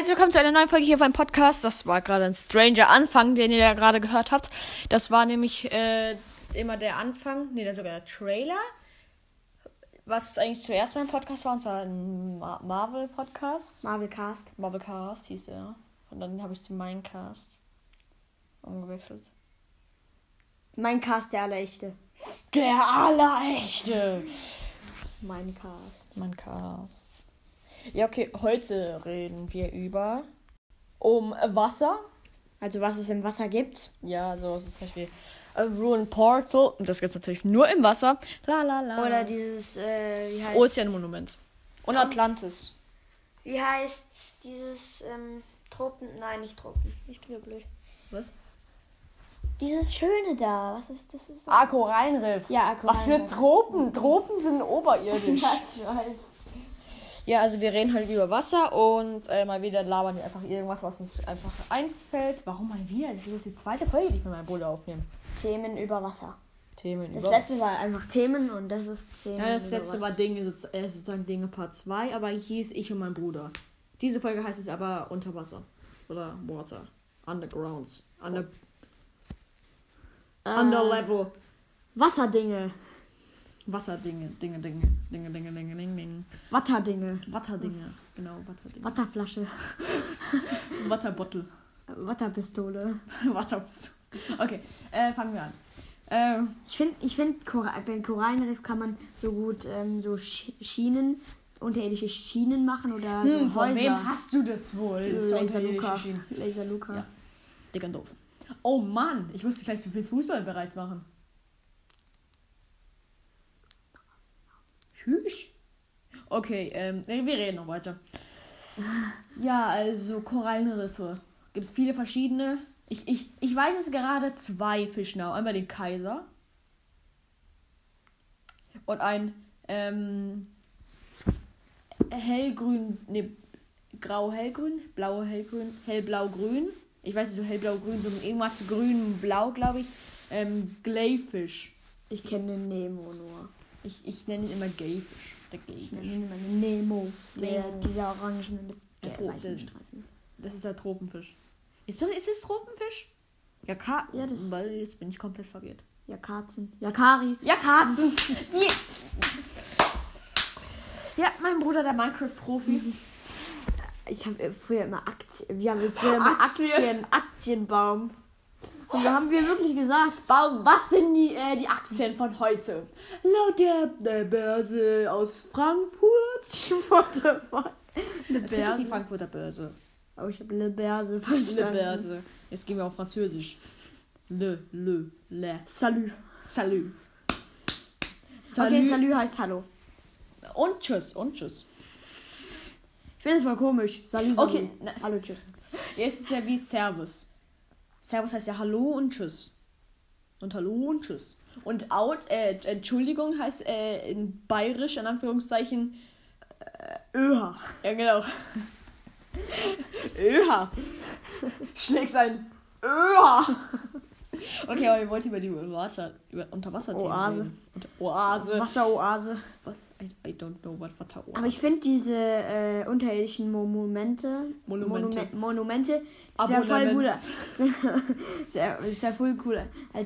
herzlich willkommen zu einer neuen Folge hier beim Podcast. Das war gerade ein stranger Anfang, den ihr ja gerade gehört habt. Das war nämlich immer der Anfang, sogar der Trailer. Was eigentlich zuerst mein Podcast war, und zwar ein Marvel-Podcast. Marvelcast hieß der. Und dann habe ich zu Minecast umgewechselt. Minecast, der Allerechte. Der Allerechte! Minecast. Ja, okay, heute reden wir über Wasser. Also was es im Wasser gibt. Ja, so zum Beispiel Ruined Portal. Und das gibt es natürlich nur im Wasser. Oder dieses, wie heißt Ozeanmonument. Und Atlantis. Wie heißt dieses Tropen? Nein, nicht Tropen. Ich bin so blöd. Was? Dieses Schöne da. Was ist das? Ist so Korallenriff. Ja, Was für Korallenriff. Tropen? Tropen sind oberirdisch. Ja, ich weiß. Ja, also wir reden halt über Wasser und mal wieder labern wir einfach irgendwas, was uns einfach einfällt. Warum mal wieder? Das ist die zweite Folge, die ich mit meinem Bruder aufnehme. Themen über Wasser. Themen Das über letzte war einfach Themen und das ist Themen. Ja, das über letzte Wasser. war Dinge, sozusagen Dinge Part 2, aber hieß ich und mein Bruder. Diese Folge heißt es aber unter Wasser. Oder Water. Undergrounds. Underlevel. Wasserdinge. Wasserdinge. Dinge. Watterdinge. Watterdinge. Genau, Watterdinge. Watterflasche. Watterbottle. Watterpistole. Watterpistole. Okay, fangen wir an. Ich finde, beim Korallenriff kann man so gut so Schienen, unterirdische Schienen machen oder so Häuser. Von wem hast du das wohl? Laser Luca. Ja, dick und doof. Oh Mann, ich musste gleich so viel Fußball bereit machen. Tschüss. Okay, wir reden noch weiter. Ja, also Korallenriffe. Gibt es viele verschiedene. Ich weiß jetzt gerade 2 Fischnau. Einmal den Kaiser. Und ein grau-hellgrün, blau-hellgrün, hellblau-grün. Ich weiß nicht, so hellblau-grün, so irgendwas grün-blau, glaube ich. Glayfish. Ich kenne den Nemo nur. Ich nenne ihn immer Gayfish. Der Ich nenne Gayfish. ihn immer Nemo. Nemo. Dieser orangen mit Der weißen Tropen- Streifen. Das ist der Tropenfisch. Ist es Tropenfisch? Ja, das- weil jetzt bin ich komplett verwirrt. Jakatzen. Jakari. Ja, Karzen. Ja, mein Bruder, der Minecraft-Profi. Ich habe früher immer Aktien. Wir haben früher immer Aktienbaum. Und da haben wir wirklich gesagt. Baum, was sind die Aktien von heute? Laut der Börse aus Frankfurt. What the fuck? Eine Es gibt doch die Frankfurter Börse. Oh, ich habe Le Börse Le verstanden. Börse. Jetzt gehen wir auf Französisch. Le. Salut. Salut. Okay, Salut heißt Hallo. Und tschüss. Ich finde es voll komisch. Salut. Okay, Hallo, tschüss. Jetzt ist ja wie Servus. Servus heißt ja Hallo und Tschüss. Und Hallo und Tschüss. Und Entschuldigung heißt in Bayerisch, in Anführungszeichen, Öha. Ja, genau. Öha. Schlägst ein Öha. Okay, aber wir wollten über die Unterwasser-Themen Oase. reden. Oase. Wasseroase. Was? I don't know what Oase. Aber ich finde diese unterirdischen Monumente, das wäre voll cool. Das wäre voll cool.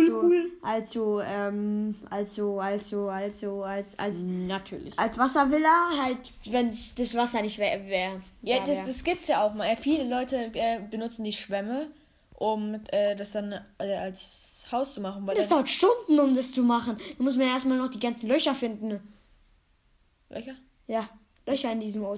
Natürlich. Als Wasservilla, halt, wenn das Wasser nicht wäre. Ja, das gibt's ja auch mal. Viele Leute benutzen die Schwämme, um das dann als Haus zu machen. Weil Das dauert Stunden, um das zu machen. Da muss man ja erstmal noch die ganzen Löcher finden. Welcher? Ja, Löcher in diesem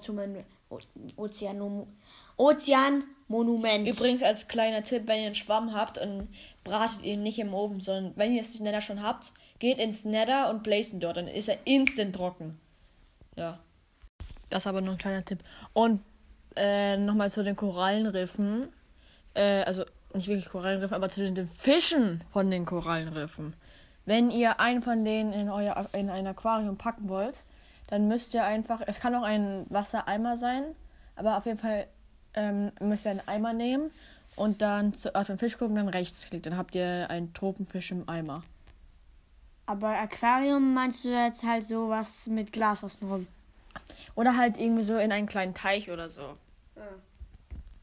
Ozeanmonument. Übrigens als kleiner Tipp, wenn ihr einen Schwamm habt und bratet ihn nicht im Ofen, sondern wenn ihr das Nether schon habt, geht ins Nether und blaze ihn dort, dann ist er instant trocken. Ja. Das ist aber nur ein kleiner Tipp. Und nochmal zu den Korallenriffen. Also nicht wirklich Korallenriffen, aber zu den Fischen von den Korallenriffen. Wenn ihr einen von denen in ein Aquarium packen wollt, dann müsst ihr einfach, es kann auch ein Wassereimer sein, aber auf jeden Fall müsst ihr einen Eimer nehmen und dann auf den Fisch gucken, dann rechtsklickt. Dann habt ihr einen Tropenfisch im Eimer. Aber Aquarium meinst du jetzt halt sowas mit Glas außenrum? Oder halt irgendwie so in einen kleinen Teich oder so.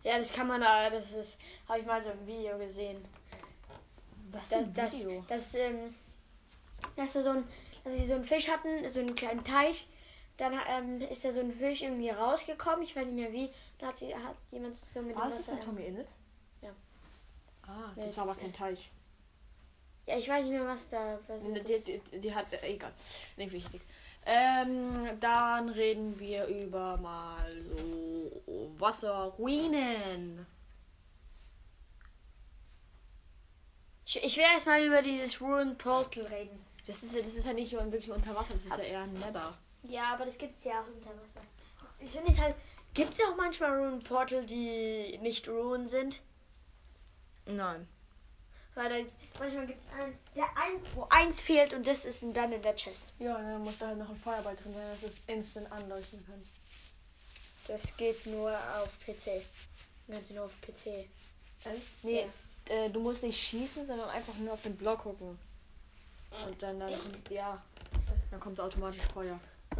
Ja, das kann man da, habe ich mal so im Video gesehen. Was für ein Video? Dass sie so einen Fisch hatten, so einen kleinen Teich. Dann ist da so ein Fisch irgendwie rausgekommen, ich weiß nicht mehr wie. Dann hat jemand so mit dem War das Wasser... mit Tommy Innit? Ja. Ah, das ist aber kein Teich. Ja, ich weiß nicht mehr, was da passiert ist. Die hat... egal. Nicht wichtig. Dann reden wir über mal so Wasserruinen. Ich will erstmal über dieses Ruined Portal reden. Das ist ja nicht wirklich unter Wasser, das ist ja eher ein Nether. Ja, aber das gibt's ja auch unter Wasser. Ich finde halt, gibt's ja auch manchmal Ruined Portal, die nicht Ruin sind? Nein. Weil manchmal gibt's wo eins fehlt und das ist dann in der Chest. Ja, dann muss da halt noch ein Feuerball drin sein, dass es instant anleuchten kann. Das geht nur auf PC. Kannst du nur auf PC. Nee, ja. Du musst nicht schießen, sondern einfach nur auf den Block gucken. Und dann kommt automatisch Feuer.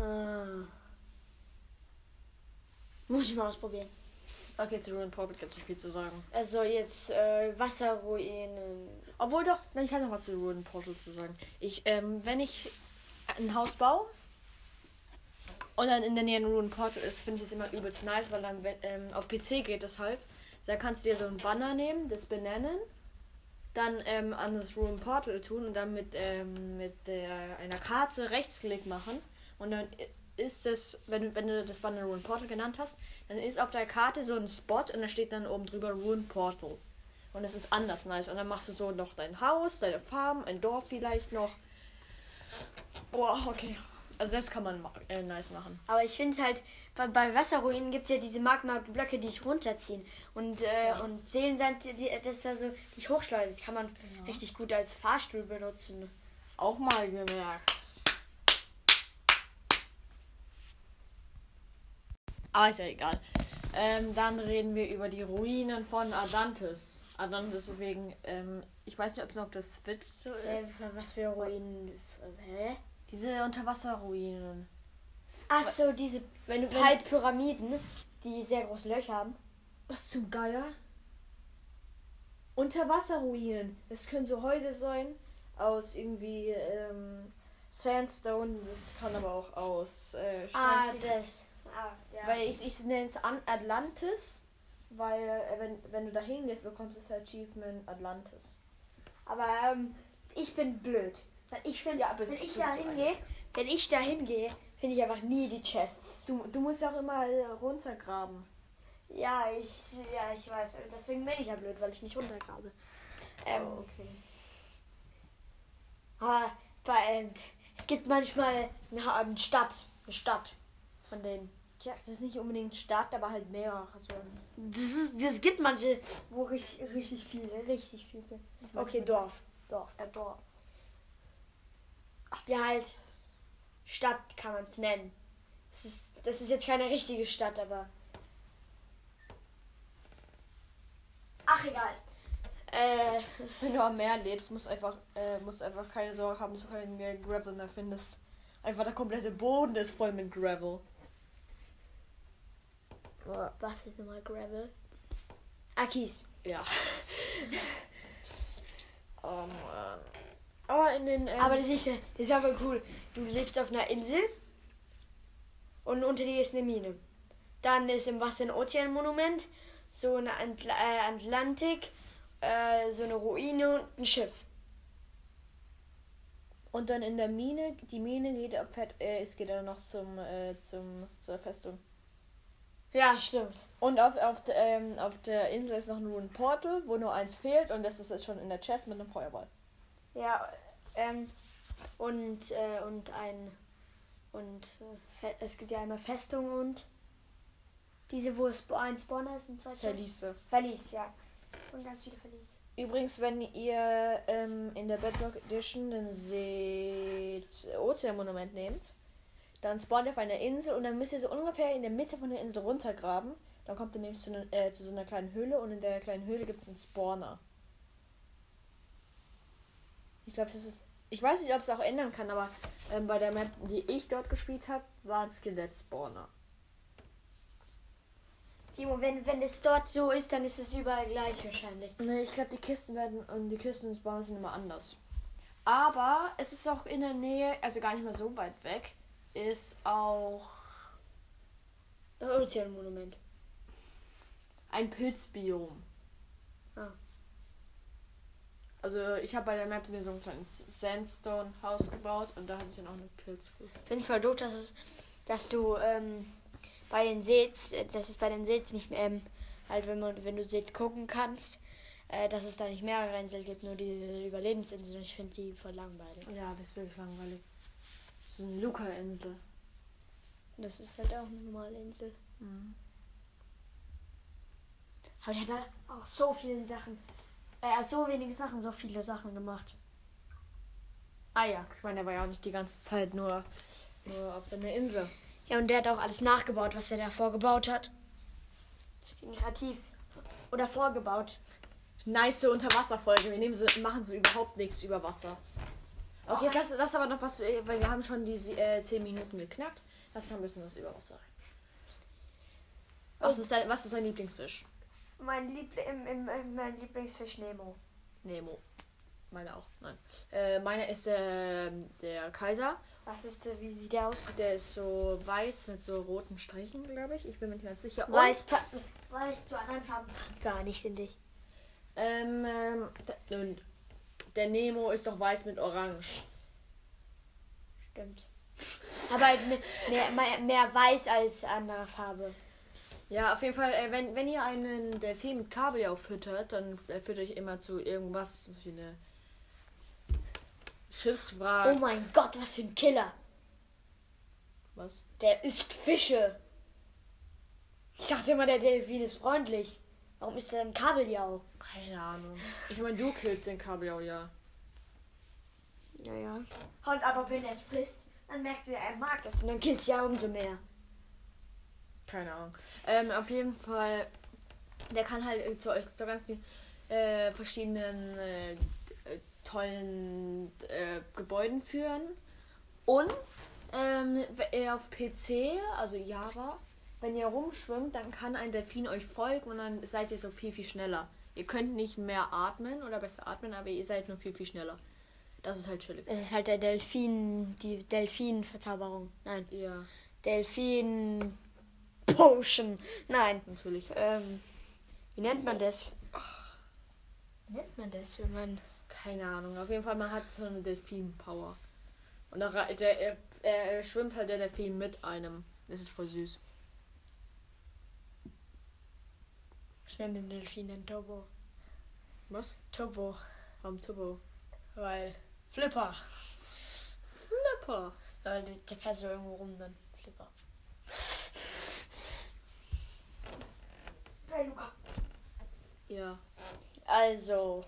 Muss ich mal ausprobieren. Okay, zu Ruined Portal gibt es nicht viel zu sagen. Also jetzt Wasserruinen. Obwohl doch, ich kann noch was zu Ruined Portal zu sagen. Wenn ich ein Haus baue und dann in der Nähe ein Ruined Portal ist, finde ich es immer übelst nice, weil dann auf PC geht es halt. Da kannst du dir so ein Banner nehmen, das benennen, dann an das Ruined Portal tun und dann mit einer Karte Rechtsklick machen und dann ist es, wenn du das Banner Ruined Portal genannt hast, dann ist auf der Karte so ein Spot und da steht dann oben drüber Ruined Portal. Und das ist anders nice. Und dann machst du so noch dein Haus, deine Farm, ein Dorf vielleicht noch. Boah, okay. Also das kann man nice machen. Aber ich finde halt, bei Wasserruinen gibt es ja diese Magma-Blöcke, die ich runterziehen. Und Seelensand, das ist da so, die ich hochschleudere. Das kann man richtig gut als Fahrstuhl benutzen. Auch mal gemerkt. Aber ist ja egal. Dann reden wir über die Ruinen von Atlantis. Atlantis wegen, ich weiß nicht, ob es noch das Witz so ist. Was für Ruinen? Hä? Diese Unterwasserruinen. Ach so, diese Pyramiden, die sehr große Löcher haben. Was zum Geier? Unterwasserruinen. Das können so Häuser sein aus irgendwie Sandstone. Das kann aber auch aus Stein sein. Ja. Weil ich nenne es Atlantis, weil wenn du da hingehst, bekommst du das Achievement Atlantis. Aber ich bin blöd. Weil ich finde, wenn ich da hingehe, finde ich einfach nie die Chests. Du musst ja auch immer runtergraben. Ja, ich weiß. Deswegen bin ich ja blöd, weil ich nicht runtergrabe. Okay. Aber es gibt manchmal eine Stadt von denen. Ja, es ist nicht unbedingt Stadt, aber halt mehrere. So. Das gibt manche, wo richtig viele. Okay, Dorf. Dorf. Ach, ja, halt. Stadt kann man es nennen. Das ist jetzt keine richtige Stadt, aber... Ach, egal. Wenn du am Meer lebst, musst einfach keine Sorge haben, dass du keinen mehr Gravel mehr findest. Einfach der komplette Boden ist voll mit Gravel. Was ist nochmal Gravel? Kies. Ja. Oh Mann. Aber in den... Aber das war aber cool. Du lebst auf einer Insel und unter dir ist eine Mine. Dann ist im Wasser ein Ozeanmonument, so eine Atlantik, so eine Ruine und ein Schiff. Und dann in der Mine, die Mine geht dann noch zur Festung. Ja, stimmt. Und auf der Insel ist noch ein Ruined Portal, wo nur eins fehlt und das ist schon in der Chest mit einem Feuerball. Ja, es gibt ja einmal Festung und diese, wo ein Spawner ist und zwei Verliese. Verlies, ja. Und ganz viele Verlies. Übrigens, wenn ihr in der Bedrock Edition den Ozeanmonument nehmt, dann spawnt ihr auf einer Insel und dann müsst ihr so ungefähr in der Mitte von der Insel runtergraben. Dann kommt ihr nämlich zu so einer kleinen Höhle und in der kleinen Höhle gibt es einen Spawner. Ich glaube, ich weiß nicht, ob es auch ändern kann, aber bei der Map, die ich dort gespielt habe, war ein Skelett-Spawner. Timo, wenn es dort so ist, dann ist es überall gleich wahrscheinlich. Ne, ich glaube, die Kisten und Spawns sind immer anders. Aber es ist auch in der Nähe, also gar nicht mal so weit weg, ist auch Das Ozeanmonument. ein Pilzbiom. Ah. Also ich habe bei der Map mir so ein kleines Sandstone-Haus gebaut und da hatte ich dann auch eine Pilzkuh. Ich finde es voll doof, dass du bei den Seeds, dass es bei den Seeds nicht mehr, halt wenn du Seeds gucken kannst, dass es da nicht mehrere Inseln gibt, nur diese Überlebensinseln. Ich finde die voll langweilig. Ja, das ist wirklich langweilig. So eine Luca-Insel. Das ist halt auch eine normale Insel. Mhm. Aber die hat auch so viele Sachen, so wenige Sachen, so viele Sachen gemacht. Ah ja, ich meine, der war ja auch nicht die ganze Zeit nur auf seiner Insel. Ja, und der hat auch alles nachgebaut, was er davor gebaut hat. Kreativ. Oder vorgebaut. Nice Unterwasserfolge. Machen so überhaupt nichts über Wasser. Okay, jetzt lass aber noch was, weil wir haben schon die 10 Minuten geknackt. Lass noch ein bisschen was über Wasser rein. Was ist dein Lieblingsfisch? Mein Lieblingsfisch Nemo. Nemo. Meine auch. Nein. Meiner ist der Kaiser. Was ist der, wie sieht der aus? Der ist so weiß mit so roten Strichen, glaube ich. Ich bin mir nicht ganz sicher. Weiß zu anderen Farben passt gar nicht, finde ich. Der Nemo ist doch weiß mit Orange. Stimmt. Aber halt mehr weiß als andere Farbe. Ja, auf jeden Fall, wenn ihr einen Delfin mit Kabeljau füttert, dann führt euch immer zu irgendwas, wie eine Schiffswrack. Oh mein Gott, was für ein Killer. Was? Der isst Fische. Ich dachte immer, der Delfin ist freundlich. Warum ist der ein Kabeljau? Keine Ahnung. Ich meine, du killst den Kabeljau, ja. Naja. Und aber wenn er es frisst, dann merkt ihr, er mag es. Und dann killt es ja umso mehr. Keine Ahnung. Auf jeden Fall, der kann halt zu euch zu ganz vielen verschiedenen tollen Gebäuden führen. Und auf PC, also Java, wenn ihr rumschwimmt, dann kann ein Delfin euch folgen und dann seid ihr so viel, viel schneller. Ihr könnt nicht mehr atmen oder besser atmen, aber ihr seid nur viel, viel schneller. Das ist halt chillig. Es ist halt die Delfin-Verzauberung. Nein. Ja. Delfin-Potion. Nein. Natürlich. Wie nennt man das? Wie nennt man das, wenn man... Keine Ahnung. Auf jeden Fall, man hat so eine Delfin-Power. Und er schwimmt halt der Delfin mit einem. Das ist voll süß. Ich nenne den Delfin den Turbo. Was? Turbo. Warum Turbo? Weil... Flipper. Flipper. Weil der fährt so irgendwo rum, dann Flipper. Hey, Luca. Ja. Also...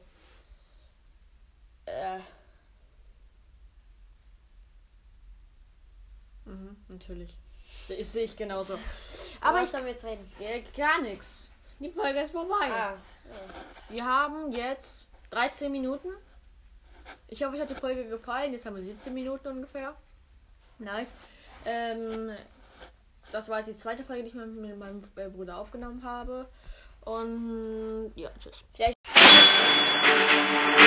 Natürlich. Das sehe ich genauso. Aber was sollen wir jetzt reden? Gar nichts. Die Folge ist vorbei. Ja. Wir haben jetzt 13 Minuten. Ich hoffe, euch hat die Folge gefallen. Jetzt haben wir 17 Minuten ungefähr. Nice. Das war jetzt die zweite Folge, die ich mit meinem Bruder aufgenommen habe. Und ja, tschüss. Vielleicht